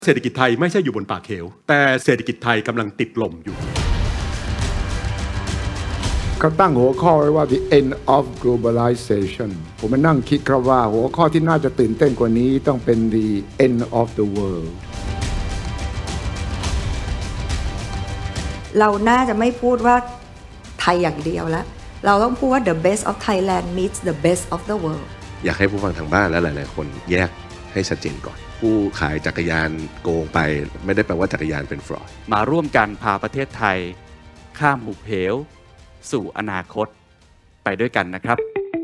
เศรษฐกิจไทยไม่ใช่อยู่บนปากเหวแต่เศรษฐกิจไทยกำลังติดลมอยู่เขาตั้งหัวข้อไว้ว่า the end of globalization ผมมานั่งคิดครับว่าหัวข้อที่น่าจะตื่นเต้นกว่านี้ต้องเป็น the end of the world เราน่าจะไม่พูดว่าไทยอย่างเดียวแล้วเราต้องพูดว่า the best of Thailand meets the best of the world อยากให้ผู้ฟังทางบ้านและหลายๆคนแยกให้ชัดเจนก่อนผู้ขายจักรยานโกงไปไม่ได้แปลว่าจักรยานเป็นฟรอดมาร่วมกันพาประเทศไทยข้ามหุบเหวสู่อนาคตไปด้วยกันนะครับ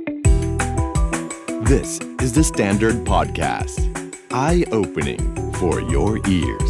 This is the Standard Podcast Eye-opening for your ears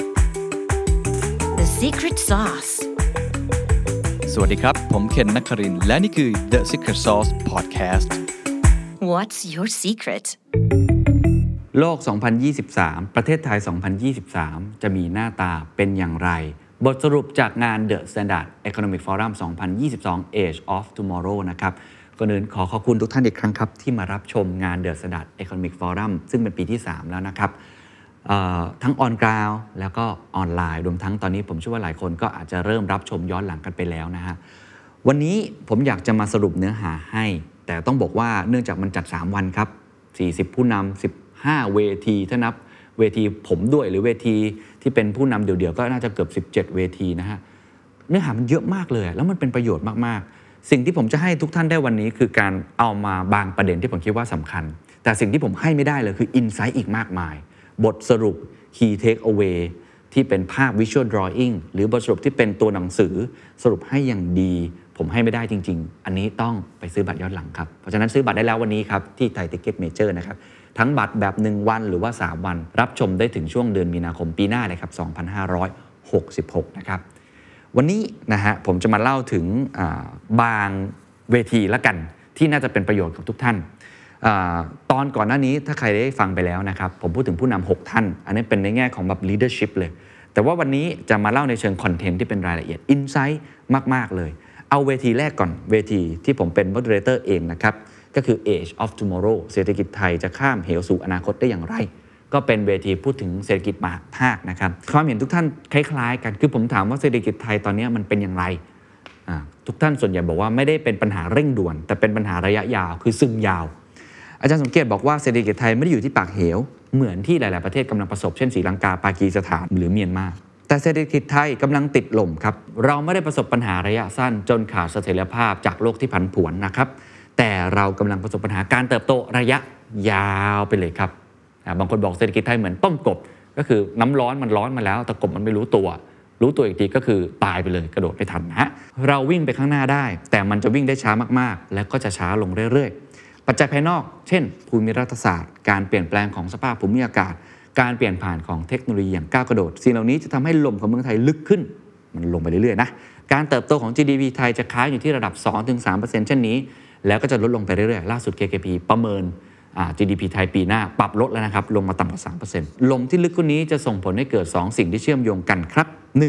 The Secret Sauce สวัสดีครับผมเคนนักครินทร์และนี่คือ The Secret Sauce Podcast What's your secret โลก 2023 ประเทศไทย 2023 จะมีหน้าตาเป็นอย่างไรบทสรุปจากงาน The Standard Economic Forum 2022 Age of Tomorrow นะครับก่อนอื่นขอบคุณทุกท่านอีกครั้งครับที่มารับชมงาน The Standard Economic Forum ซึ่งเป็นปีที่ 3 แล้วนะครับทั้ง on ground แล้วก็ออนไลน์รวมทั้งตอนนี้ผมเชื่อว่าหลายคนก็อาจจะเริ่มรับชมย้อนหลังกันไปแล้วนะฮะวันนี้ผมอยากจะมาสรุปเนื้อหาให้แต่ต้องบอกว่าเนื่องจากมันจัด 3 วันครับ40ผู้นำ15 เวทีถ้านับเวทีผมด้วยหรือเวทีที่เป็นผู้นำเดี่ยวๆก็น่าจะเกือบ17 เวทีนะฮะเนื้อหามันเยอะมากเลยแล้วมันเป็นประโยชน์มากๆสิ่งที่ผมจะให้ทุกท่านได้วันนี้คือการเอามาบางประเด็นที่ผมคิดว่าสำคัญแต่สิ่งที่ผมให้ไม่ได้เลยคืออินไซต์อีกมากมายบทสรุป Key Takeaway ที่เป็นภาพ Visual Drawing หรือบทสรุปที่เป็นตัวหนังสือสรุปให้อย่างดีผมให้ไม่ได้จริงๆอันนี้ต้องไปซื้อบัตรย้อนหลังครับเพราะฉะนั้นซื้อบัตรได้แล้ววันนี้ครับที่ไทยทิกเก็ตเมเจอร์นะครับทั้งบัตรแบบ1วันหรือว่า3วันรับชมได้ถึงช่วงเดือนมีนาคมปีหน้าเลยครับ2566นะครับวันนี้นะฮะผมจะมาเล่าถึงบางเวทีละกันที่น่าจะเป็นประโยชน์กับทุกท่านตอนก่อนหน้านี้ถ้าใครได้ฟังไปแล้วนะครับผมพูดถึงผู้นำ6ท่านอันนี้เป็นในแง่ของแบบ leadership เลยแต่ว่าวันนี้จะมาเล่าในเชิงคอนเทนต์ที่เป็นรายละเอียด insight มากๆเลยเอาเวทีแรกก่อนเวทีที่ผมเป็น moderator เองนะครับก็คือ Age of Tomorrow เศรษฐกิจไทยจะข้ามเหวสู่อนาคตได้อย่างไรก็เป็นเวทีพูดถึงเศรษฐกิจภาคนะครับความเห็นทุกท่านคล้ายๆกันคือผมถามว่าเศรษฐกิจไทยตอนนี้มันเป็นอย่างไรทุกท่านส่วนใหญ่บอกว่าไม่ได้เป็นปัญหาเร่งด่วนแต่เป็นปัญหาระยะยาวคือซึมยาวอาจารย์สมเกียรติบอกว่าเศรษฐกิจไทยไม่ได้อยู่ที่ปากเหวเหมือนที่หลายๆประเทศกำลังประสบเช่นศรีลังกาปากีสถานหรือเมียนมาแต่เศรษฐกิจไทยกำลังติดลมครับเราไม่ได้ประสบปัญหาระยะสั้นจนขาดเสถียรภาพจากโลกที่ผันผวนนะครับแต่เรากำลังประสบปัญหาการเติบโตระยะยาวไปเลยครับบางคนบอกเศรษฐกิจไทยเหมือนต้มกบก็คือน้ำร้อนมันร้อนมาแล้วแต่กบมันไม่รู้ตัวอีกทีก็คือตายไปเลยกระโดดไม่ทันนะฮะเราวิ่งไปข้างหน้าได้แต่มันจะวิ่งได้ช้ามากๆและก็จะช้าลงเรื่อยๆปัจจัยภายนอกเช่นภูมิรัฐศาสตร์การเปลี่ยนแปลงของสภาพภูมิอากาศการเปลี่ยนผ่านของเทคโนโลยีอย่างก้าวกระโดดสิ่งเหล่านี้จะทำให้ลมของเมืองไทยลึกขึ้นมันลงไปเรื่อยๆนะการเติบโตของ GDP ไทยจะค้างอยู่ที่ระดับ 2-3% เช่นนี้แล้วก็จะลดลงไปเรื่อยๆล่าสุด KKP ประเมินGDP ไทยปีหน้าปรับลดแล้วนะครับลงมาต่ำกว่า 3% ลมที่ลึกกว่านี้จะส่งผลให้เกิด2สิ่งที่เชื่อมโยงกันครับ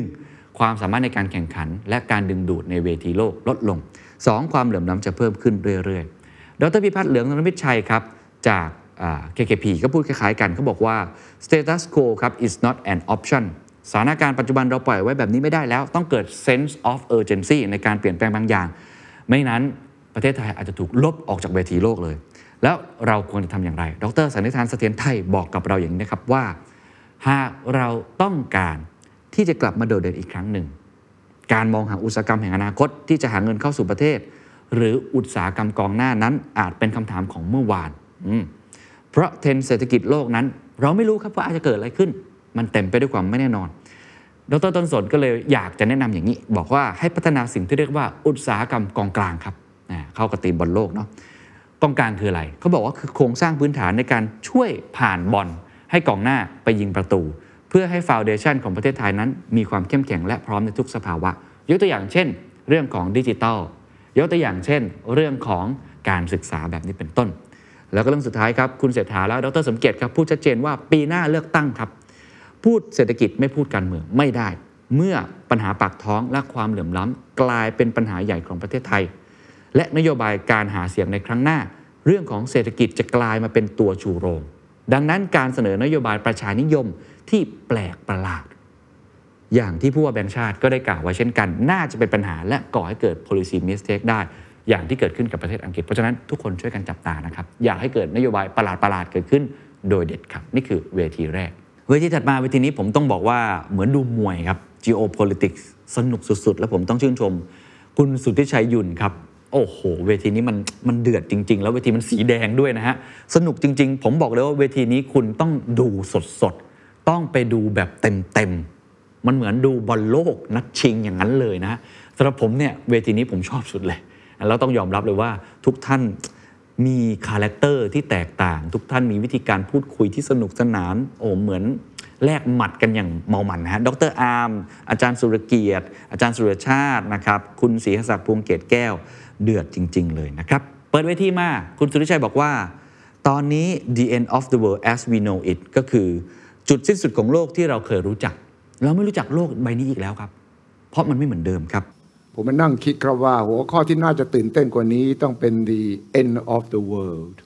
1. ความสามารถในการแข่งขันและการดึงดูดในเวทีโลกลดลง 2. ความเหลื่อมล้ำจะเพิ่มขึ้นเรื่อยๆดร.พิพัฒน์เหลืองนรมิตรชัยครับจากKKP ก็พูดคล้ายๆกันเขาบอกว่า status quo ครับ is not an option สถานการณ์ปัจจุบันเราปล่อยไว้แบบนี้ไม่ได้แล้วต้องเกิด sense of urgency ในการเปลี่ยนแปลงบางอย่างไม่นั้นประเทศไทยอาจจะถูกลบออกจากเวทีโลกเลยแล้วเราควรจะทำอย่างไรดร.สันนิษฐานเสถียรไทยบอกกับเราอย่างนี้นะครับว่าหากเราต้องการที่จะกลับมาโดดเด่นอีกครั้งหนึ่งการมองหาอุตสาหกรรมแห่งอนาคตที่จะหาเงินเข้าสู่ประเทศหรืออุตสาหกรรมกองหน้านั้นอาจเป็นคำถามของเมื่อวานเพราะเทรนด์เศรษฐกิจโลกนั้นเราไม่รู้ครับว่าอาจจะเกิดอะไรขึ้นมันเต็มไปด้วยความไม่แน่นอนดร.ต้นสนก็เลยอยากจะแนะนำอย่างนี้บอกว่าให้พัฒนาสิ่งที่เรียกว่าอุตสาหกรรมกองกลางครับเข้ากับธีมบอลโลกเนาะกองกลางคืออะไรเขาบอกว่าคือโครงสร้างพื้นฐานในการช่วยผ่านบอลให้กองหน้าไปยิงประตูเพื่อให้ฟาวเดชั่นของประเทศไทยนั้นมีความเข้มแข็งและพร้อมในทุกสภาวะยกตัวอย่างเช่นเรื่องของดิจิทัลยกตัวอย่างเช่นเรื่องของการศึกษาแบบนี้เป็นต้นแล้วก็เรื่องสุดท้ายครับคุณเศรษฐาและดร.สมเกียรติครับพูดชัดเจนว่าปีหน้าเลือกตั้งครับพูดเศรษฐกิจไม่พูดการเมืองไม่ได้เมื่อปัญหาปากท้องและความเหลื่อมล้ำกลายเป็นปัญหาใหญ่ของประเทศไทยและนโยบายการหาเสียงในครั้งหน้าเรื่องของเศรษฐกิจจะกลายมาเป็นตัวชูโรงดังนั้นการเสนอนโยบายประชานิยมที่แปลกประหลาดอย่างที่ผู้ว่าแบงก์ชาติก็ได้กล่าวไว้เช่นกันน่าจะเป็นปัญหาและก่อให้เกิด policy mistake ได้อย่างที่เกิดขึ้นกับประเทศอังกฤษเพราะฉะนั้นทุกคนช่วยกันจับตานะครับอย่าให้เกิดนโยบายประหลาดเกิดขึ้นโดยเด็ดขาดนี่คือเวทีแรกเวทีถัดมาเวทีนี้ผมต้องบอกว่าเหมือนดูมวยครับ geopolitics สนุกสุดๆและผมต้องชื่นชมคุณสุทธิชัยยุ่นครับโอ้โหเวทีนี้มันเดือดจริงๆแล้วเวทีมันสีแดงด้วยนะฮะสนุกจริงๆผมบอกเลยว่าเวทีนี้คุณต้องดูสดๆต้องไปดูแบบเต็มๆมันเหมือนดูบอลโลกนัดชิงอย่างนั้นเลยนะสำหรับผมเนี่ยเวทีนี้ผมชอบสุดเลยแล้วต้องยอมรับเลยว่าทุกท่านมีคาแรคเตอร์ที่แตกต่างทุกท่านมีวิธีการพูดคุยที่สนุกสนานเหมือนแลกหมัดกันอย่างเมามันนะฮะดร.อาร์มอาจารย์สุรเกียรติอาจารย์สุรชาตินะครับคุณศรีหศักดิ์พวงเกตแก้วเดือดจริงๆเลยนะครับเปิดเวทีมาคุณสุริชัยบอกว่าตอนนี้ the end of the world as we know it ก็คือจุดสิ้นสุดของโลกที่เราเคยรู้จักเราไม่รู้จักโลกใบนี้อีกแล้วครับเพราะมันไม่เหมือนเดิมครับผมมานั่งคิดครับว่าหัวข้อที่น่าจะตื่นเต้นกว่านี้ต้องเป็น the end of the world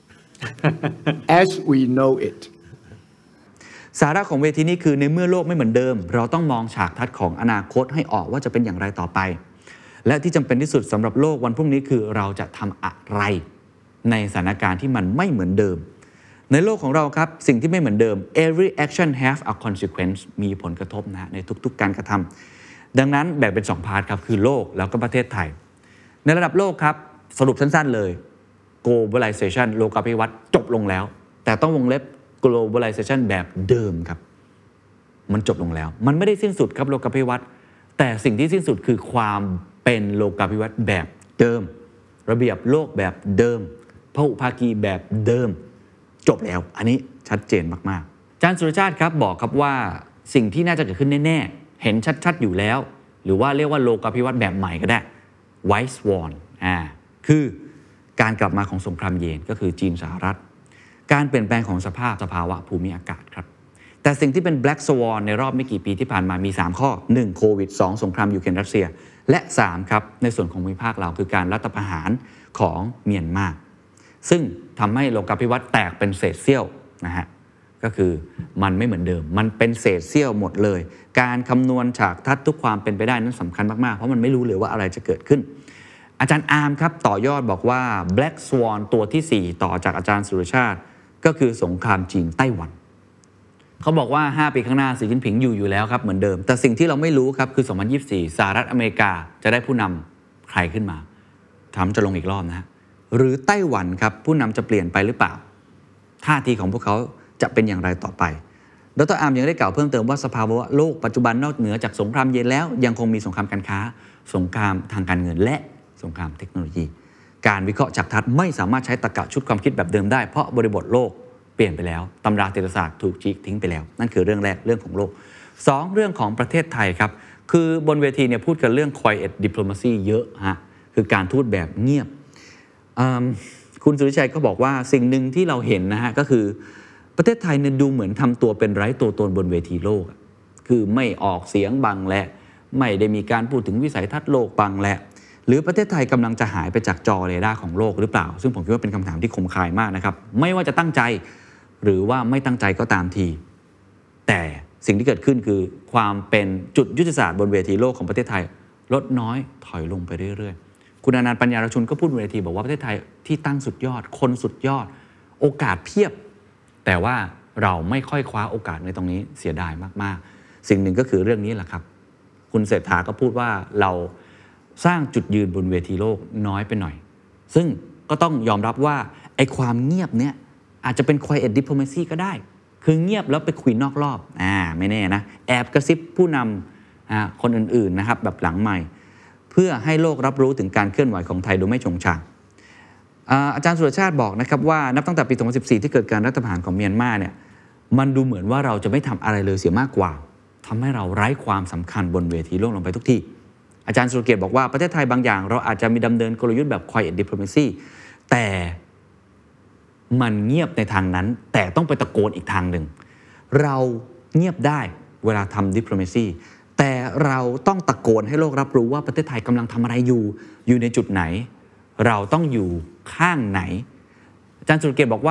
as we know it สาระของเวทีนี้คือในเมื่อโลกไม่เหมือนเดิมเราต้องมองฉากทัศน์ของอนาคตให้ออกว่าจะเป็นอย่างไรต่อไปและที่จำเป็นที่สุดสำหรับโลกวันพรุ่งนี้คือเราจะทำอะไรในสถานการณ์ที่มันไม่เหมือนเดิมในโลกของเราครับสิ่งที่ไม่เหมือนเดิม every action have a consequence มีผลกระทบนะในทุกๆการกระทำดังนั้นแบ่งเป็น2พาร์ทครับคือโลกแล้วก็ประเทศไทยในระดับโลกครับสรุปสั้นๆเลย globalization โลกาภิวัตน์จบลงแล้วแต่ต้องวงเล็บ globalization แบบเดิมครับมันจบลงแล้วมันไม่ได้สิ้นสุดครับโลกาภิวัตน์แต่สิ่งที่สิ้นสุดคือความเป็นโลกาภิวัตน์แบบเดิมระเบียบโลกแบบเดิมพหุภาคีแบบเดิมจบแล้วอันนี้ชัดเจนมากๆอาจารย์สุรชาติครับบอกครับว่าสิ่งที่น่าจะเกิดขึ้นแน่ๆเห็นชัดๆอยู่แล้วหรือว่าเรียกว่าโลกาภิวัตน์แบบใหม่ก็ได้ White Swan คือการกลับมาของสงครามเย็นก็คือจีนสหรัฐการเปลี่ยนแปลงของสภาวะภูมิอากาศครับแต่สิ่งที่เป็น Black Swan ในรอบไม่กี่ปีที่ผ่านมามี3ข้อ1โควิด2สงครามยูเครนรัสเซียและ3ครับในส่วนของภูมิภาคเราคือการรัฐประหารของเมียนมาซึ่งทำให้โลกาภิวัตน์แตกเป็นเศษเสี้ยวนะฮะก็คือมันไม่เหมือนเดิมมันเป็นเศษเสี้ยวหมดเลยการคำนวณฉากทัศน์ทุกความเป็นไปได้นั้นสำคัญมากๆเพราะมันไม่รู้เลยว่าอะไรจะเกิดขึ้นอาจารย์อาร์มครับต่อยอดบอกว่า Black Swan ตัวที่4ต่อจากอาจารย์สุรชาติก็คือสงครามจีนไต้หวันเขาบอกว่า5ปีข้างหน้าสีจิ้นผิงอยู่แล้วครับเหมือนเดิมแต่สิ่งที่เราไม่รู้ครับคือ2024สหรัฐอเมริกาจะได้ผู้นำใครขึ้นมาทรัมป์จะลงอีกรอบนะหรือไต้หวันครับผู้นำจะเปลี่ยนไปหรือเปล่าท่าทีของพวกเขาจะเป็นอย่างไรต่อไปดร.อาร์มยังได้กล่าวเพิ่มเติมว่าสภาวะโลกปัจจุบันนอกเหนือจากสงครามเย็นแล้วยังคงมีสงครามการค้าสงครามทางการเงินและสงครามเทคโนโลยีการวิเคราะห์ฉากทัศน์ไม่สามารถใช้ตรรกะชุดความคิดแบบเดิมได้เพราะบริบทโลกเปลี่ยนไปแล้วตำราเศรษฐศาสตร์ถูกฉีกทิ้งไปแล้วนั่นคือเรื่องแรกเรื่องของโลก2เรื่องของประเทศไทยครับคือบนเวทีเนี่ยพูดกันเรื่อง quiet diplomacy เยอะฮะคือการทูตแบบเงียบคุณสุริชัยก็บอกว่าสิ่งหนึ่งที่เราเห็นนะฮะก็คือประเทศไทยเนี่ยดูเหมือนทำตัวเป็นไร้ตัวตนบนเวทีโลกคือไม่ออกเสียงบังและไม่ได้มีการพูดถึงวิสัยทัศน์โลกบังและหรือประเทศไทยกำลังจะหายไปจากจอเรดาร์ของโลกหรือเปล่าซึ่งผมคิดว่าเป็นคำถามที่คมคายมากนะครับไม่ว่าจะตั้งใจหรือว่าไม่ตั้งใจก็ตามทีแต่สิ่งที่เกิดขึ้นคือความเป็นจุดยุทธศาสตร์บนเวทีโลกของประเทศไทยลดน้อยถอยลงไปเรื่อยๆคุณอนันต์ปัญญารชุนก็พูดบนเวทีบอกว่าประเทศไทยที่ตั้งสุดยอดคนสุดยอดโอกาสเพียบแต่ว่าเราไม่ค่อยคว้าโอกาสในตรงนี้เสียดายมากๆสิ่งหนึ่งก็คือเรื่องนี้แหละครับคุณเศรษฐาก็พูดว่าเราสร้างจุดยืนบนเวทีโลกน้อยไปหน่อยซึ่งก็ต้องยอมรับว่าไอ้ความเงียบเนี้ยอาจจะเป็น quiet diplomacy ก็ได้คือเงียบแล้วไปคุยนอกรอบไม่แน่นะแอบกระซิบผู้นำคนอื่นๆนะครับแบบหลังใหม่เพื่อให้โลกรับรู้ถึงการเคลื่อนไหวของไทยโดยไม่ชงชางอาจารย์สุรชาติบอกนะครับว่านับตั้งแต่ปี 2014 ที่เกิดการรัฐประหารของเมียนมาเนี่ยมันดูเหมือนว่าเราจะไม่ทำอะไรเลยเสียมากกว่าทำให้เราไร้ความสำคัญบนเวทีโลกลงไปทุกที่อาจารย์สุรเกียรติบอกว่าประเทศไทยบางอย่างเราอาจจะมีดำเนินกลยุทธ์แบบ quiet diplomacy แต่มันเงียบในทางนั้นแต่ต้องไปตะโกนอีกทางหนึ่งเราเงียบได้เวลาทำ diplomacy แต่เราต้องตะโกนให้โลกรับรู้ว่าประเทศไทยกำลังทำอะไรอยู่ในจุดไหนเราต้องอยู่ข้างไหนอาจารย์สุรเกียรติบอกว่า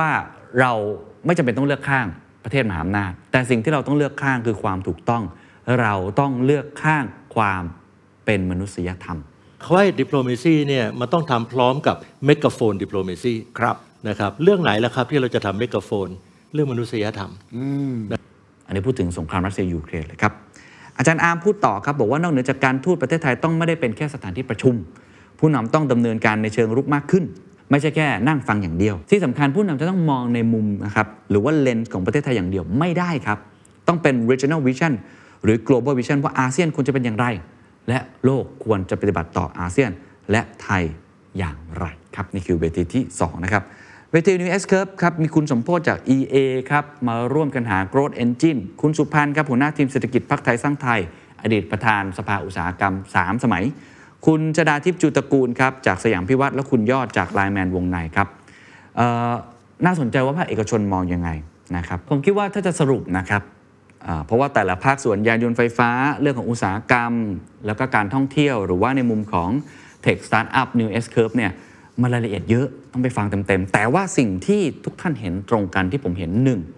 เราไม่จำเป็นต้องเลือกข้างประเทศมหาอำนาจแต่สิ่งที่เราต้องเลือกข้างคือความถูกต้องเราต้องเลือกข้างความเป็นมนุษยธรรมเขาว่า diplomacy เนี่ยมันต้องทำพร้อมกับ megaphone diplomacy ครับนะครับเรื่องไหนล่ะครับที่เราจะทำ megaphone เรื่องมนุษยธรรมอันนี้พูดถึงสงครามรัสเซียยูเครนเลยครับอาจารย์อาร์มพูดต่อครับบอกว่านอกเหนือจากการทูตประเทศไทยต้องไม่ได้เป็นแค่สถานที่ประชุมผู้นำต้องดำเนินการในเชิงรุกมากขึ้นไม่ใช่แค่นั่งฟังอย่างเดียวที่สำคัญผู้นำจะต้องมองในมุมนะครับหรือว่าเลนส์ของประเทศไทยอย่างเดียวไม่ได้ครับต้องเป็น regional vision หรือ global vision ว่าอาเซียนควรจะเป็นอย่างไรและโลกควรจะปฏิบัติต่ออาเซียนและไทยอย่างไรครับนี่คือเวทีที่2นะครับเวที New S-Curve ครับมีคุณสมโพธิ์จาก EA ครับมาร่วมกันหา Growth Engine คุณสุพันธ์ครับหัวหน้าทีมเศรษฐกิจพรรคไทยสร้างไทยอดีตประธานสภาอุตสาหกรรม3สมัยคุณชฎาทิพย์จูตระกูลครับจากสยามพิวัตรและคุณยอดจากไลน์แมนวงในครับน่าสนใจว่าภาคเอกชนมองยังไงนะครับผมคิดว่าถ้าจะสรุปนะครับเพราะว่าแต่ละภาคส่วนยานยนต์ไฟฟ้าเรื่องของอุตสาหกรรมแล้วก็การท่องเที่ยวหรือว่าในมุมของ Tech Startup New S-Curve เนี่ยมันรายละเอียดเยอะต้องไปฟังเต็มๆแต่ว่าสิ่งที่ทุกท่านเห็นตรงกันที่ผมเห็น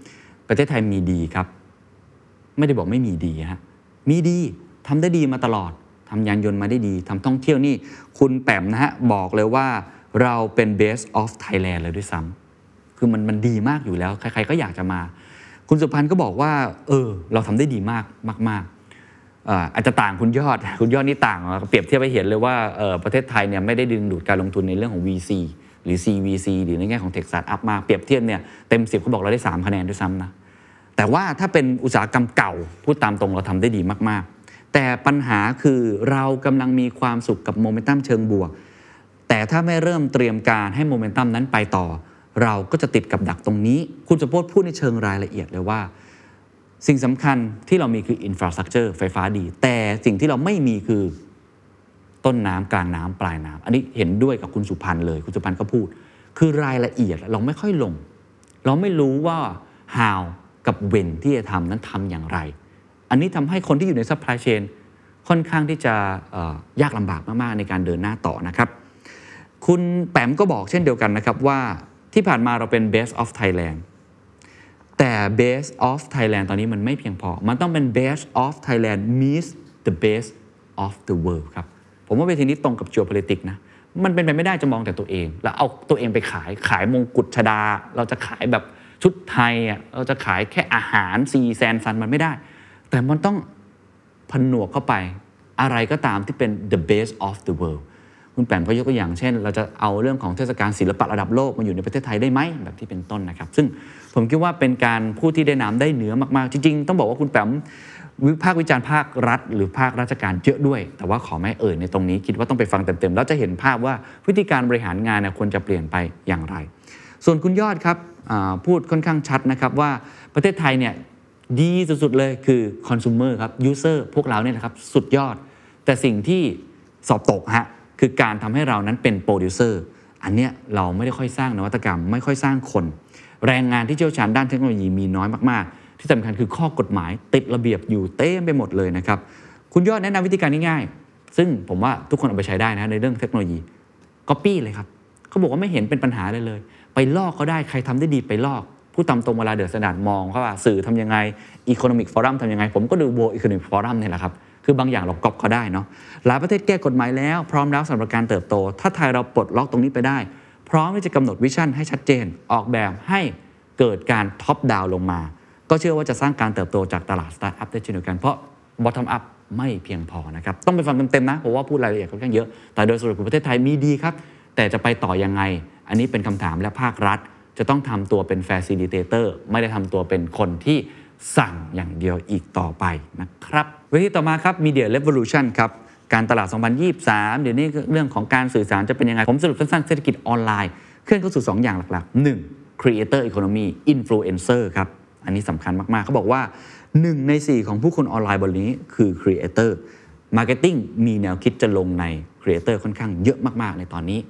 1ประเทศไทยมีดีครับไม่ได้บอกไม่มีดีฮะมีดีทำได้ดีมาตลอดทำยานยนต์มาได้ดีทำท่องเที่ยวนี่คุณแปมนะฮะบอกเลยว่าเราเป็น best of Thailand เลยด้วยซ้ำคือมันดีมากอยู่แล้วใครๆก็อยากจะมาคุณสุพันธ์ก็บอกว่าเราทำได้ดีมากอาจจะต่างคุณยอดนี่ต่างเปรียบเทียบให้เห็นเลยว่าประเทศไทยเนี่ยไม่ได้ดึงดูดการลงทุนในเรื่องของ VC หรือ CVC หรือในแง่ของ Tech Startup มากเปรียบเทียบเนี่ยเต็ม10เขาบอกเราได้3คะแนนด้วยซ้ำนะแต่ว่าถ้าเป็นอุตสาหกรรมเก่าพูดตามตรงเราทำได้ดีมากๆแต่ปัญหาคือเรากำลังมีความสุขกับโมเมนตัมเชิงบวกแต่ถ้าไม่เริ่มเตรียมการให้โมเมนตัมนั้นไปต่อเราก็จะติดกับดักตรงนี้คุณสมโพธิ์พูดในเชิงรายละเอียดเลยว่าสิ่งสำคัญที่เรามีคืออินฟราสตรัคเจอร์ไฟฟ้าดีแต่สิ่งที่เราไม่มีคือต้นน้ำกลางน้ำปลายน้ำอันนี้เห็นด้วยกับคุณสุพันธ์เลยคุณสุพันธ์ก็พูดคือรายละเอียดเราไม่ค่อยลงเราไม่รู้ว่า how กับ when ที่จะทำนั้นทำอย่างไรอันนี้ทำให้คนที่อยู่ในซัพพลายเชนค่อนข้างที่จะยากลำบากมากๆในการเดินหน้าต่อนะครับคุณแปมก็บอกเช่นเดียวกันนะครับว่าที่ผ่านมาเราเป็น best of Thailand แต่ best of Thailand ตอนนี้มันไม่เพียงพอมันต้องเป็น best of Thailand meets the best of the world ครับผมว่าเวทีนี้ตรงกับ geopolitics นะมันเป็นไปไม่ได้จะมองแต่ตัวเองแล้วเอาตัวเองไปขายมงกุฎชฎาเราจะขายแบบชุดไทยเราจะขายแค่อาหารซีแซนซันมันไม่ได้แต่มันต้องผนวกเข้าไปอะไรก็ตามที่เป็น the best of the world คุณแปมก็ยกตัวอย่างเช่นเราจะเอาเรื่องของเทศกาลศิลปะระดับโลกมาอยู่ในประเทศไทยได้ไหมแบบที่เป็นต้นนะครับซึ่งผมคิดว่าเป็นการพูดที่ได้น้ำได้เนื้อมากๆจริงๆต้องบอกว่าคุณแปมวิพากษ์วิจารณ์ภาครัฐหรือภาคราชการเยอะด้วยแต่ว่าขอไม่ในตรงนี้คิดว่าต้องไปฟังเต็มๆแล้วจะเห็นภาพว่าวิธีการบริหารงานควรจะเปลี่ยนไปอย่างไรส่วนคุณยอดครับพูดค่อนข้างชัดนะครับว่าประเทศไทยเนี่ยดีสุดๆเลยคือ consumer ครับ user พวกเราเนี่ยนะครับสุดยอดแต่สิ่งที่สอบตกคือการทำให้เรานั้นเป็น producer อันเนี้ยเราไม่ได้ค่อยสร้างนวัตกรรมไม่ค่อยสร้างคนแรงงานที่เชี่ยวชาญด้านเทคโนโลยีมีน้อยมากๆที่สำคัญคือข้อกฎหมายติดระเบียบอยู่เต็มไปหมดเลยนะครับคุณยอดแนะนำวิธีการง่ายๆซึ่งผมว่าทุกคนเอาไปใช้ได้นะในเรื่องเทคโนโลยี copy เลยครับเขาบอกว่าไม่เห็นเป็นปัญหาเลยไปลอกก็ได้ใครทำได้ดีไปลอกผู้ตามตรงเวลาเดอะสแตนดาร์ดมองเขาว่าสื่อทำยังไง Economic Forum ทำยังไงผมก็ดู World Economic Forum นี่แหละครับคือบางอย่างเราก๊อปเขาได้เนาะหลายประเทศแก้กฎหมายแล้วพร้อมแล้วสำหรับการเติบโตถ้าไทยเราปลดล็อกตรงนี้ไปได้พร้อมที่จะกำหนดวิชั่นให้ชัดเจนออกแบบให้เกิดการท็อปดาวน์ลงมาก็เชื่อว่าจะสร้างการเติบโตจากตลาดสตาร์ทอัพได้เช่นเดียวกันเพราะ bottom up ไม่เพียงพอนะครับต้องไปฟังเต็มๆนะเพราะว่าพูดรายละเอียดค่อนข้างเยอะแต่โดยสรุปประเทศไทยมีดีครับแต่จะไปต่อยังไงอันนี้เป็นคำถามและภาครัฐจะต้องทำตัวเป็น facilitator ไม่ได้ทำตัวเป็นคนที่สั่งอย่างเดียวอีกต่อไปนะครับเวทีต่อมาครับ Media Revolution ครับการตลาด 2023 เดี๋ยวนี้เรื่องของการสื่อสารจะเป็นยังไงผมสรุปสั้นๆเศรษฐกิจออนไลน์เคลื่อนเข้าสู่2อย่างหลักๆ 1. Creator Economy Influencer ครับอันนี้สำคัญมากๆเขาบอกว่า1ใน4ของผู้คนออนไลน์บนนี้คือ Creator Marketing มีแนวคิดจะลงใน Creator ค่อนข้างเยอะมากๆในตอนนี้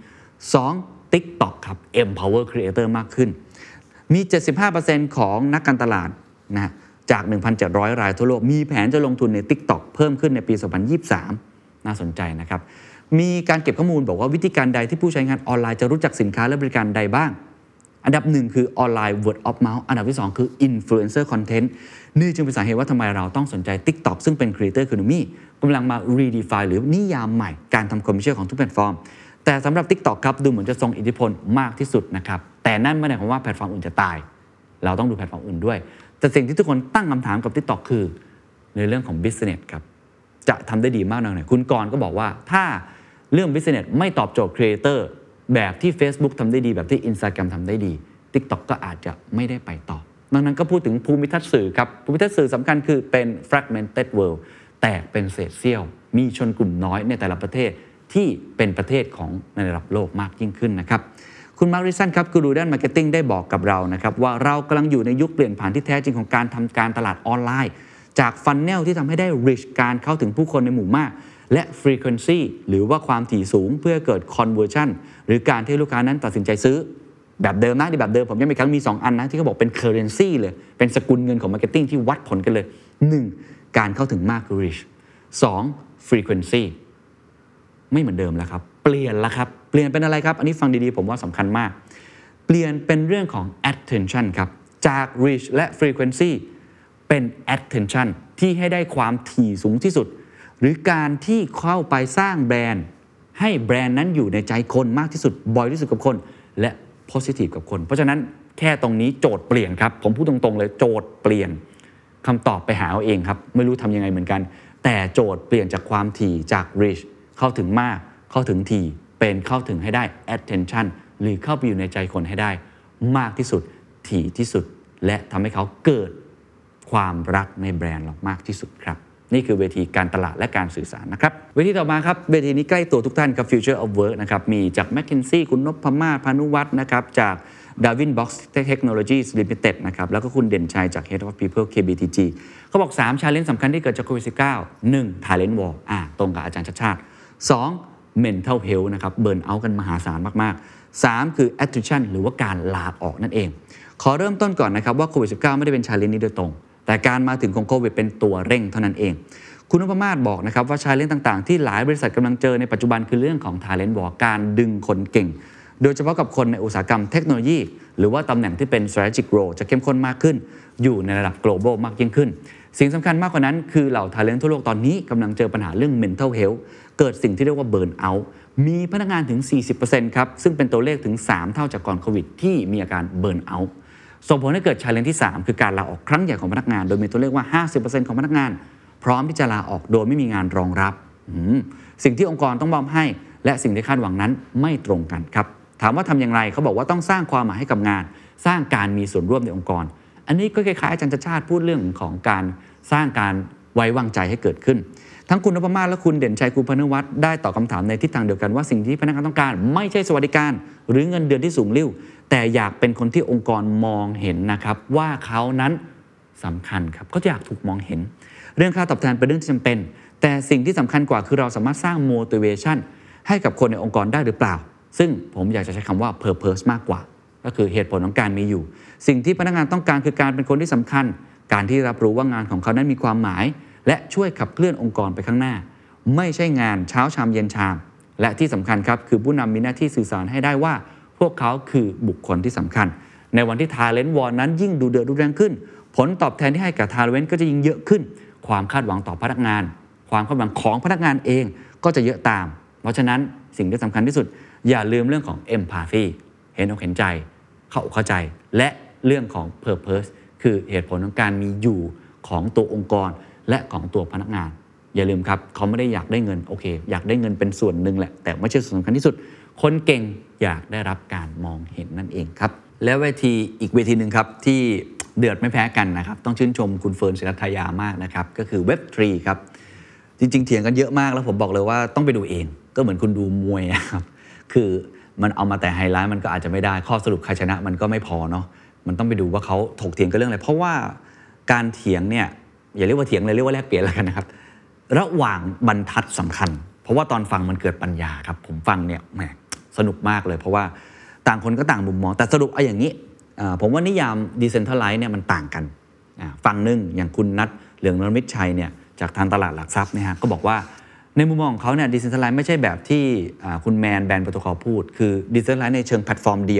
2. TikTok ครับ Empower Creator มากขึ้นมี 75% ของนักการตลาดนะจาก 1,700 รายทั่วโลกมีแผนจะลงทุนใน TikTok เพิ่มขึ้นในปี 2023 น่าสนใจนะครับมีการเก็บข้อมูลบอกว่าวิธีการใดที่ผู้ใช้งานออนไลน์จะรู้จักสินค้าและบริการใดบ้างอันดับ1คือออนไลน์ word of mouth อันดับที่2คือ influencer content นี่จึงเป็นสาเหตุว่าทำไมเราต้องสนใจ TikTok ซึ่งเป็น creator economy กำลังมา redefine หรือนิยามใหม่การทำ commercial ของทุกแพลตฟอร์มแต่สำหรับ TikTok ครับดูเหมือนจะทรงอิทธิพลมากที่สุดนะครับแต่นั่นไม่ได้หมายความว่าแพลตฟอร์มอื่นจะตายเราต้องดูแพลตฟอร์มอื่นด้วยแต่สิ่งที่ทุกคนตั้งคำถามกับ TikTok คือในเรื่องของ business ครับจะทำได้ดีมากน้อยไหนคุณกรณ์ก็บอกว่าถ้าเรื่อง business ไม่ตอบโจทย์ creator แบบที่ Facebook ทำได้ดีแบบที่ Instagram ทำได้ดี TikTok ก็อาจจะไม่ได้ไปต่อดังนั้นก็พูดถึงภูมิทัศน์สื่อครับภูมิทัศน์สื่อสำคัญคือเป็น fragmented world แตกเป็นเศษเสี้ยวมีชนกลุ่มน้อยในแต่ละประเทศที่เป็นประเทศของในระดับโลกมากยิ่งขึ้นนะครับคุณมาร์ค ริสันครับกูรูด้านมาร์เก็ตติ้งได้บอกกับเรานะครับว่าเรากำลังอยู่ในยุคเปลี่ยนผ่านที่แท้จริงของการทำการตลาดออนไลน์จากฟันเนลที่ทำให้ได้ reach การเข้าถึงผู้คนในหมู่มากและ frequency หรือว่าความถี่สูงเพื่อเกิด conversion หรือการที่ลูกค้านั้นตัดสินใจซื้อแบบเดิมนะแบบเดิมผมยังมีครั้งมี2อันนะที่เขาบอกเป็น currency เลยเป็นสกุลเงินของ marketing ที่วัดผลกันเลย 1. การเข้าถึงมาก reach 2. frequency ไม่เหมือนเดิมแล้วครับเปลี่ยนแล้วครับเปลี่ยนเป็นอะไรครับอันนี้ฟังดีๆผมว่าสำคัญมากเปลี่ยนเป็นเรื่องของ attention ครับจาก reach และ frequency เป็น attention ที่ให้ได้ความถี่สูงที่สุดหรือการที่เข้าไปสร้างแบรนด์ให้แบรนด์นั้นอยู่ในใจคนมากที่สุดบ่อยที่สุดกับคนและ positive กับคนเพราะฉะนั้นแค่ตรงนี้โจทย์เปลี่ยนครับผมพูดตรงๆเลยโจทย์เปลี่ยนคำตอบไปหาเอาเองครับไม่รู้ทำยังไงเหมือนกันแต่โจทย์เปลี่ยนจากความถี่จาก reach เข้าถึงมากเข้าถึงถี่เป็นเข้าถึงให้ได้ attention หรือเข้าไปอยู่ในใจคนให้ได้มากที่สุดถี่ที่สุดและทำให้เขาเกิดความรักในแบรนด์เรามากที่สุดครับนี่คือเวทีการตลาดและการสื่อสารนะครับเวทีต่อมาครับเวทีนี้ใกล้ตัวทุกท่านกับ Future of Work นะครับมีจาก McKinsey คุณนพมาศพานุวัฒน์นะครับจาก Darwin Box Technologies Limited นะครับแล้วก็คุณเด่นชัยจาก Head of People KBTG เขาบอก3 challenge สำคัญที่เกิดจากโควิด -19 1 Talent War ตรงกับอาจารย์ชัชชาติ 2 Mental Health นะครับเบิร์นเอาท์กันมหาศาลมากๆ3คือ Attrition หรือว่าการลาออกนั่นเองขอเริ่มต้นก่อนนะครับว่าโควิด -19 ไม่ได้เป็น challenge นี้โดยตรงแต่การมาถึงของโควิดเป็นตัวเร่งเท่านั้นเองคุณนพมาศบอกนะครับว่า challenge ต่างๆที่หลายบริษัทกำลังเจอในปัจจุบันคือเรื่องของ Talent War การดึงคนเก่งโดยเฉพาะกับคนในอุตสาหกรรมเทคโนโลยีหรือว่าตำแหน่งที่เป็น strategic role จะเข้มข้นมากขึ้นอยู่ในระดับ global มากยิ่งขึ้นสิ่งสำคัญมากกว่านั้นคือเหล่า talent ทั่วโลกตอนนี้กำลังเจอปัญหาเรื่อง mental health เกิดสิ่งที่เรียกว่า burn out มีพนักงานถึง 40% ครับซึ่งเป็นตัวเลขถึง3เท่าจากก่อนโควิดที่มีอาการ burn out ส่งผลให้เกิด challenge ที่3คือการลาออกครั้งใหญ่ของพนักงานโดยมีตัวเลขว่า 50% ของพนักงานพร้อมที่จะลาออกโดยไม่มีงานรองรับสิ่งที่องค์กรต้องมอบให้และสิ่งที่คาดหวังนั้นไม่ตรงกันครับถามว่าทำอย่างไรเขาบอกว่าต้องสร้างความหมายให้กับงานสร้างการมีส่วนร่วมในองค์กรอันนี้ก็คล้ายๆอาจารย์ชัชชาติพูดเรื่องของการสร้างการไว้วางใจให้เกิดขึ้นทั้งคุณนพมาศและคุณเด่นชัยคุณพานุวัฒน์ได้ตอบคำถามในทิศทางเดียวกันว่าสิ่งที่พนักงานต้องการไม่ใช่สวัสดิการหรือเงินเดือนที่สูงลิ่วแต่อยากเป็นคนที่องค์กรมองเห็นนะครับว่าเขานั้นสำคัญครับเขาอยากถูกมองเห็นเรื่องค่าตอบแทนเป็นเรื่องที่จำเป็นแต่สิ่งที่สำคัญกว่าคือเราสามารถสร้าง motivation ให้กับคนในองค์กรได้หรือเปล่าซึ่งผมอยากจะใช้คำว่า purpose มากกว่าก็คือเหตุผลของการมีอยู่สิ่งที่พนักงานต้องการคือการเป็นคนที่สำคัญการที่รับรู้ว่างานของเขานั้นมีความหมายและช่วยขับเคลื่อนองค์กรไปข้างหน้าไม่ใช่งานเช้าชามเย็นชามและที่สำคัญครับคือผู้นำมีหน้าที่สื่อสารให้ได้ว่าพวกเขาคือบุคคลที่สำคัญในวันที่ Talent War นั้นยิ่งดูเดือดรุนแรงขึ้นผลตอบแทนที่ให้กับ Talent ก็จะยิ่งเยอะขึ้นความคาดหวังต่อพนักงานความคาดหวังของพนักงานเองก็จะเยอะตามเพราะฉะนั้นสิ่งที่สำคัญที่สุดอย่าลืมเรื่องของ empathy เห็นอกเห็นใจเข้าใจและเรื่องของ purpose คือเหตุผลของการมีอยู่ของตัวองค์กรและของตัวพนักงานอย่าลืมครับเขาไม่ได้อยากได้เงินโอเคอยากได้เงินเป็นส่วนหนึ่งแหละแต่ไม่ใช่ส่วนสำคัญที่สุดคนเก่งอยากได้รับการมองเห็นนั่นเองครับและเวทีอีกเวทีหนึ่งครับที่เดือดไม่แพ้กันนะครับต้องชื่นชมคุณเฟิร์นศิรัทยามากนะครับก็คือ Web3 ครับจริงๆเถียงกันเยอะมากแล้วผมบอกเลยว่าต้องไปดูเองก็เหมือนคุณดูมวยนะครับคือมันเอามาแต่ไฮไลท์มันก็อาจจะไม่ได้ข้อสรุปใครชนะมันก็ไม่พอเนาะมันต้องไปดูว่าเขาถกเถียงกันเรื่องอะไรเพราะว่าการเถียงเนี่ยอย่าเรียกว่าเถียงเลยเรียกว่าแลกเปลี่ยนแล้วกันนะครับระหว่างบรรทัดสำคัญเพราะว่าตอนฟังมันเกิดปัญญาครับผมฟังเนี่ยแหมสนุกมากเลยเพราะว่าต่างคนก็ต่างมุมมองแต่สรุปเอาอย่างนี้ผมว่านิยาม decentralize เนี่ยมันต่างกันฝั่งนึงอย่างคุณนัทเหลืองนรมิตชัยเนี่ยจากทางตลาดหลักทรัพย์นะฮะก็บอกว่าในมุมมองของเขาเนี่ย decentralize ไม่ใช่แบบที่คุณแมนแบรนด์โปรโตคอลพูดคือ decentralize ในเชิงแพลตฟอร์มเดียว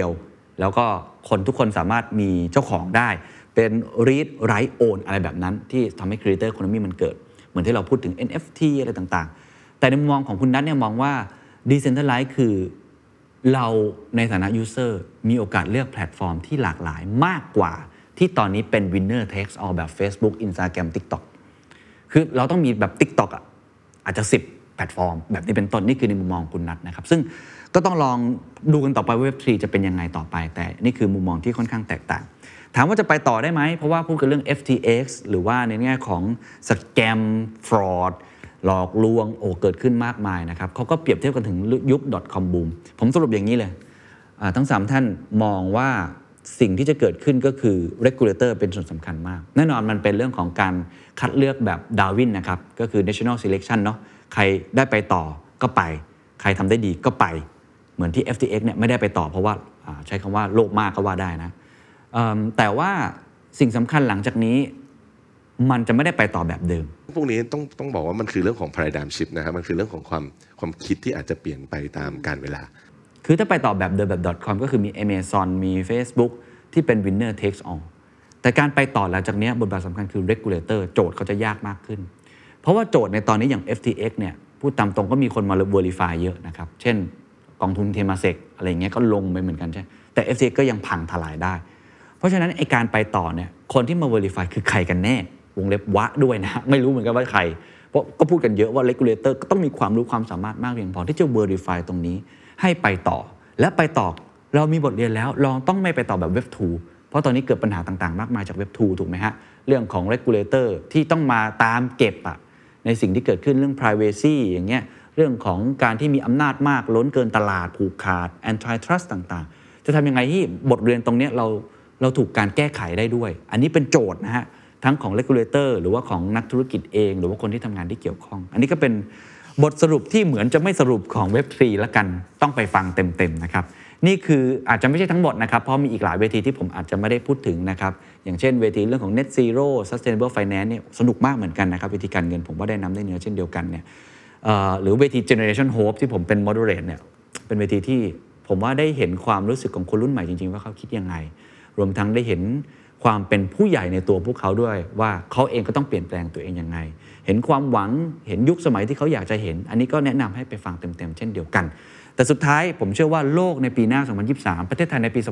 แล้วก็คนทุกคนสามารถมีเจ้าของได้เป็น read write own อะไรแบบนั้นที่ทำให้ creator economy มันเกิดเหมือนที่เราพูดถึง NFT อะไรต่างๆแต่ในมุมมองของคุณนัทเนี่ยมองว่า decentralize คือเราในฐานะ user มีโอกาสเลือกแพลตฟอร์มที่หลากหลายมากกว่าที่ตอนนี้เป็น winner takes all แบบ Facebook Instagram TikTok คือเราต้องมีแบบ TikTok อาจจะ10แพลตฟอร์มแบบนี้เป็นต้นนี่คือในมุมมองคุณนัทนะครับซึ่งก็ต้องลองดูกันต่อไปว่า Web3 จะเป็นยังไงต่อไปแต่นี่คือมุมมองที่ค่อนข้างแตกต่างถามว่าจะไปต่อได้ไหมเพราะว่าพูดกันเรื่อง FTX หรือว่าในแง่ของสแกม fraud หลอกลวงเกิดขึ้นมากมายนะครับเขาก็เปรียบเทียบกันถึงยุค .com boom ผมสรุปอย่างนี้เลยทั้ง3ท่านมองว่าสิ่งที่จะเกิดขึ้นก็คือ regulator เป็นส่วนสำคัญมากแน่นอนมันเป็นเรื่องของการคัดเลือกแบบดาร์วินนะครับก็คือ national selection เนาะใครได้ไปต่อก็ไปใครทำได้ดีก็ไปเหมือนที่ FTX เนี่ยไม่ได้ไปต่อเพราะว่าใช้คำว่าโลภมากก็ว่าได้นะแต่ว่าสิ่งสำคัญหลังจากนี้มันจะไม่ได้ไปต่อแบบเดิมพวกนี้ต้องบอกว่ามันคือเรื่องของ paradigm shift นะครับมันคือเรื่องของความคิดที่อาจจะเปลี่ยนไปตามกาลเวลาคือถ้าไปต่อแบบเดิมแบบ .com ก็คือมี Amazon มี Facebook ที่เป็น winner takes all แต่การไปต่อหลังจากนี้บทบาทสำคัญคือ regulator โจทย์เขาจะยากมากขึ้นเพราะว่าโจทย์ในตอนนี้อย่าง FTX เนี่ยพูดตามตรงก็มีคนมา verify เยอะนะครับเช่นกองทุน Temasek อะไรเงี้ยก็ลงไปเหมือนกันใช่แต่ FTX ก็ยังพังทลายได้เพราะฉะนั้นไอ้การไปต่อเนี่ยคนที่มา verify คือใครกันแน่วงเล็บวะด้วยนะไม่รู้เหมือนกันว่าใครเพราะก็พูดกันเยอะว่า regulator ก็ต้องมีความรู้ความสามารถมากเพียงพอที่จะ verify ตรงนี้ให้ไปต่อและไปต่อเรามีบทเรียนแล้วลองต้องไม่ไปต่อแบบ Web 2เพราะตอนนี้เกิดปัญหาต่างๆมากมายจาก Web 2ถูกไหมฮะเรื่องของ regulator ที่ต้องมาตามเก็บในสิ่งที่เกิดขึ้นเรื่อง privacy อย่างเงี้ยเรื่องของการที่มีอำนาจมากล้นเกินตลาดผูกขาด antitrust ต่างๆจะทำยังไงที่บทเรียนตรงนี้เราถูกการแก้ไขได้ด้วยอันนี้เป็นโจทย์นะฮะทั้งของ regulator หรือว่าของนักธุรกิจเองหรือว่าคนที่ทำงานที่เกี่ยวข้องอันนี้ก็เป็นบทสรุปที่เหมือนจะไม่สรุปของ Web3 แล้วกันต้องไปฟังเต็มๆนะครับนี่คืออาจจะไม่ใช่ทั้งหมดนะครับเพราะมีอีกหลายเวทีที่ผมอาจจะไม่ได้พูดถึงนะครับอย่างเช่นเวทีเรื่องของ Net Zero Sustainable Finance เนี่ยสนุกมากเหมือนกันนะครับเวทีการเงินผมว่าได้น้ำได้เนื้อเช่นเดียวกันเนี่ยหรือเวที Generation Hope ที่ผมเป็น moderate เนี่ยเป็นเวทีที่ผมว่าได้เห็นความรู้สึกของคนรุ่นใหม่จริงๆว่าเขาคิดยังไงรวมทั้งได้เห็นความเป็นผู้ใหญ่ในตัวพวกเขาด้วยว่าเขาเองก็ต้องเปลี่ยนแปลงตัวเองยังไงเห็นความหวังเห็นยุคสมัยที่เขาอยากจะเห็นอันนี้ก็แนะนำให้ไปฟังเต็มๆเช่นเดียวกันแต่สุดท้ายผมเชื่อว่าโลกในปีหน้า2023ประเทศไทยในปี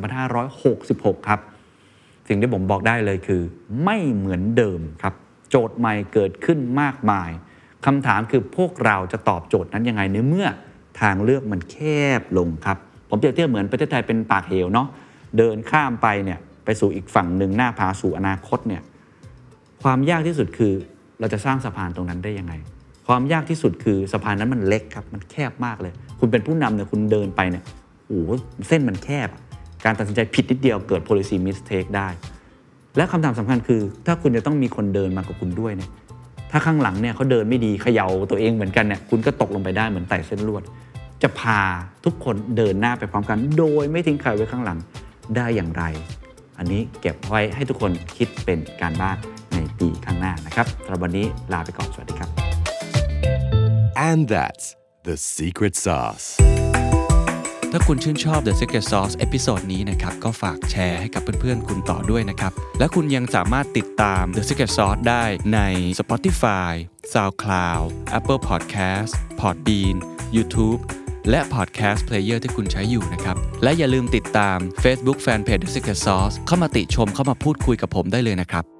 2566ครับสิ่งที่ผมบอกได้เลยคือไม่เหมือนเดิมครับโจทย์ใหม่เกิดขึ้นมากมายคำถามคือพวกเราจะตอบโจทย์นั้นยังไงในเมื่อทางเลือกมันแคบลงครับผมเปรียบเทียบเหมือนประเทศไทยเป็นปากเหวเนาะเดินข้ามไปเนี่ยไปสู่อีกฝั่งหนึ่งหน้าพาสู่อนาคตเนี่ยความยากที่สุดคือเราจะสร้างสะพานตรงนั้นได้ยังไงความยากที่สุดคือสะพานนั้นมันเล็กครับมันแคบมากเลยคุณเป็นผู้นำเนี่ยคุณเดินไปเนี่ยโอ้โหเส้นมันแคบการตัดสินใจผิดนิดเดียวเกิด policy mistake ได้และคำถามสำคัญคือถ้าคุณจะต้องมีคนเดินมากับคุณด้วยเนี่ยถ้าข้างหลังเนี่ยเขาเดินไม่ดีเขย่าตัวเองเหมือนกันเนี่ยคุณก็ตกลงไปได้เหมือนไต่เส้นลวดจะพาทุกคนเดินหน้าไปพร้อมกันโดยไม่ทิ้งใครไว้ข้างหลังได้อย่างไรอันนี้เก็บไว้ให้ทุกคนคิดเป็นการบ้านในปีข้างหน้านะครับสำหรับวันนี้ลาไปก่อนสวัสดีครับ And that's the secret sauce ถ้าคุณชื่นชอบ The Secret Sauce เอพิโซดนี้นะครับก็ฝากแชร์ให้กับเพื่อนๆคุณต่อด้วยนะครับและคุณยังสามารถติดตาม The Secret Sauce ได้ใน Spotify, SoundCloud, Apple Podcast, Podbean, YouTube และ Podcast Player ที่คุณใช้อยู่นะครับและอย่าลืมติดตาม Facebook Fanpage The Secret Sauce เข้ามาติชมเข้ามาพูดคุยกับผมได้เลยนะครับ